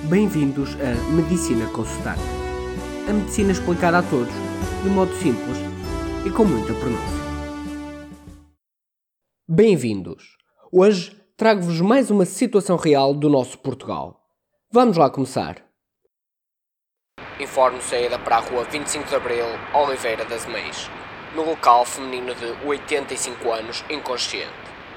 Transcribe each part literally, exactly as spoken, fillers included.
Bem-vindos a Medicina Consultada. A medicina explicada a todos, de modo simples e com muita pronúncia. Bem-vindos! Hoje trago-vos mais uma situação real do nosso Portugal. Vamos lá começar. Informe saída para a rua vinte e cinco de Abril, Oliveira das Meias, no local feminino de oitenta e cinco anos, inconsciente.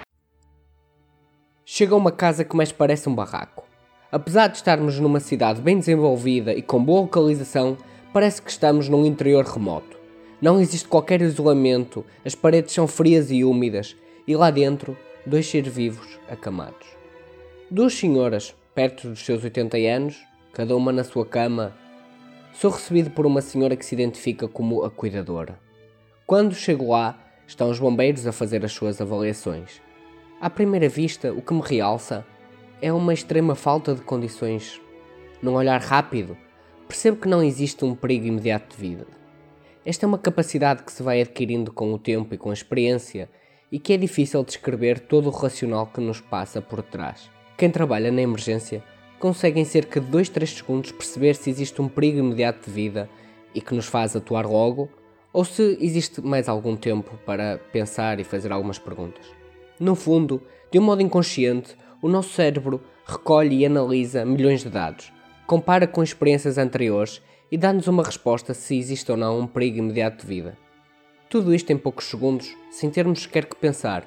Chega a uma casa que mais parece um barraco. Apesar de estarmos numa cidade bem desenvolvida e com boa localização, parece que estamos num interior remoto. Não existe qualquer isolamento, as paredes são frias e úmidas, e lá dentro, dois seres vivos acamados. Duas senhoras, perto dos seus oitenta anos, cada uma na sua cama. Sou recebido por uma senhora que se identifica como a cuidadora. Quando chego lá, estão os bombeiros a fazer as suas avaliações. À primeira vista, o que me realça é uma extrema falta de condições. Num olhar rápido, percebo que não existe um perigo imediato de vida. Esta é uma capacidade que se vai adquirindo com o tempo e com a experiência e que é difícil descrever todo o racional que nos passa por trás. Quem trabalha na emergência consegue em cerca de dois, três segundos perceber se existe um perigo imediato de vida e que nos faz atuar logo, ou se existe mais algum tempo para pensar e fazer algumas perguntas. No fundo, de um modo inconsciente, o nosso cérebro recolhe e analisa milhões de dados, compara com experiências anteriores e dá-nos uma resposta se existe ou não um perigo imediato de vida. Tudo isto em poucos segundos, sem termos sequer que pensar.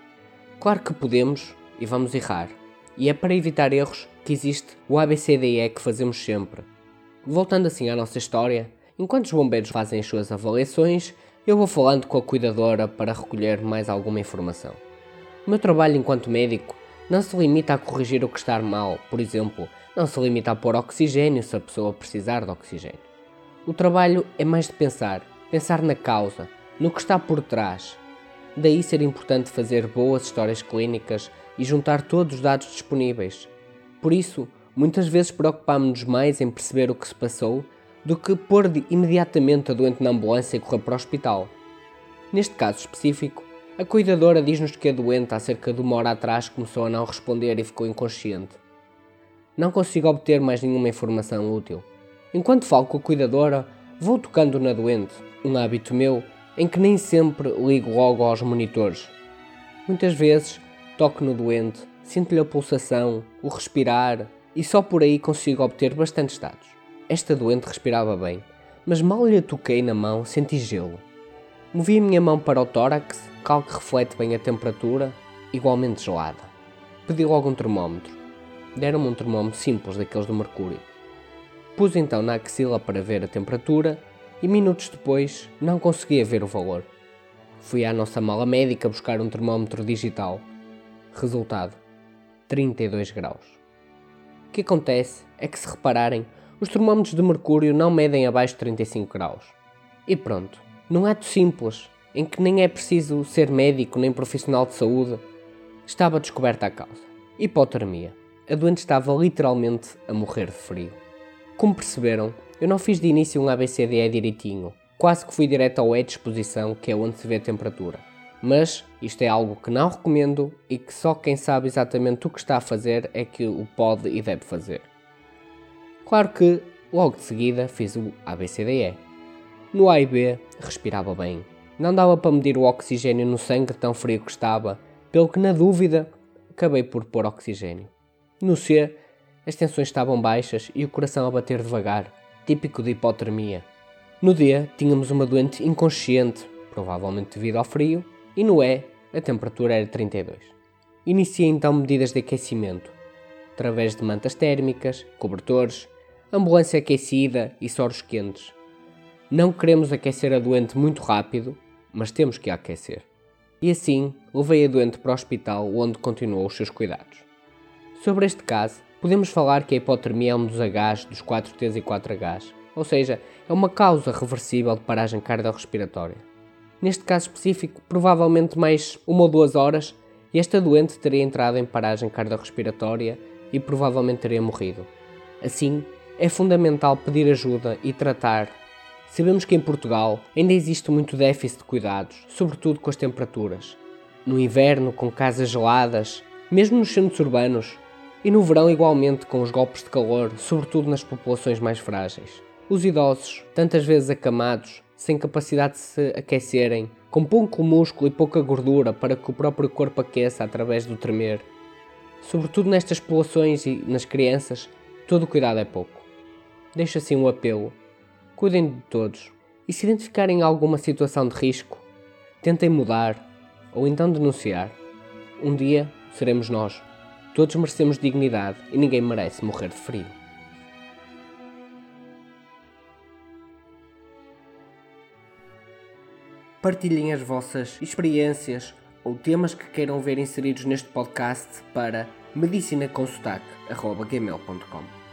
Claro que podemos e vamos errar, e é para evitar erros que existe o A B C D E que fazemos sempre. Voltando assim à nossa história, enquanto os bombeiros fazem as suas avaliações, eu vou falando com a cuidadora para recolher mais alguma informação. O meu trabalho enquanto médico não se limita a corrigir o que está mal, por exemplo, não se limita a pôr oxigênio se a pessoa precisar de oxigênio. O trabalho é mais de pensar, pensar na causa, no que está por trás. Daí ser importante fazer boas histórias clínicas e juntar todos os dados disponíveis. Por isso, muitas vezes preocupamos-nos mais em perceber o que se passou do que pôr de imediatamente a doente na ambulância e correr para o hospital. Neste caso específico, a cuidadora diz-nos que a doente há cerca de uma hora atrás começou a não responder e ficou inconsciente. Não consigo obter mais nenhuma informação útil. Enquanto falo com a cuidadora, vou tocando na doente, um hábito meu em que nem sempre ligo logo aos monitores. Muitas vezes toco no doente, sinto-lhe a pulsação, o respirar e só por aí consigo obter bastantes dados. Esta doente respirava bem, mas mal lhe toquei na mão senti gelo. Movi a minha mão para o tórax, algo que reflete bem a temperatura, igualmente gelada. Pedi logo um termómetro. Deram-me um termómetro simples, daqueles do mercúrio. Pus então na axila para ver a temperatura e minutos depois não conseguia ver o valor. Fui à nossa mala médica buscar um termómetro digital. Resultado: trinta e dois graus. O que acontece é que, se repararem, os termómetros de mercúrio não medem abaixo de trinta e cinco graus. E pronto, num ato simples, em que nem é preciso ser médico nem profissional de saúde, estava descoberta a causa. Hipotermia. A doente estava literalmente a morrer de frio. Como perceberam, eu não fiz de início um A B C D E direitinho, quase que fui direto ao E de exposição, que é onde se vê a temperatura. Mas isto é algo que não recomendo e que só quem sabe exatamente o que está a fazer é que o pode e deve fazer. Claro que, logo de seguida, fiz o A B C D E. No A e B, respirava bem. Não dava para medir o oxigênio no sangue tão frio que estava, pelo que, na dúvida, acabei por pôr oxigênio. No C, as tensões estavam baixas e o coração a bater devagar, típico de hipotermia. No D, tínhamos uma doente inconsciente, provavelmente devido ao frio, e no E, a temperatura era trinta e dois. Iniciei então medidas de aquecimento, através de mantas térmicas, cobertores, ambulância aquecida e soros quentes. Não queremos aquecer a doente muito rápido, mas temos que a aquecer. E assim, levei a doente para o hospital, onde continuou os seus cuidados. Sobre este caso, podemos falar que a hipotermia é um dos H's dos quatro T's e quatro H's, ou seja, é uma causa reversível de paragem cardiorrespiratória. Neste caso específico, provavelmente mais uma ou duas horas, e esta doente teria entrado em paragem cardiorrespiratória e provavelmente teria morrido. Assim, é fundamental pedir ajuda e tratar. Sabemos que em Portugal ainda existe muito déficit de cuidados, sobretudo com as temperaturas. No inverno, com casas geladas, mesmo nos centros urbanos, E no verão igualmente com os golpes de calor, sobretudo nas populações mais frágeis. Os idosos, tantas vezes acamados, sem capacidade de se aquecerem, com pouco músculo e pouca gordura para que o próprio corpo aqueça através do tremer. Sobretudo nestas populações e nas crianças, todo o cuidado é pouco. Deixo assim um apelo. Cuidem de todos. E se identificarem alguma situação de risco, tentem mudar ou então denunciar. Um dia seremos nós. Todos merecemos dignidade e ninguém merece morrer de frio. Partilhem as vossas experiências ou temas que queiram ver inseridos neste podcast para medicinaconsotaque arroba gmail ponto com.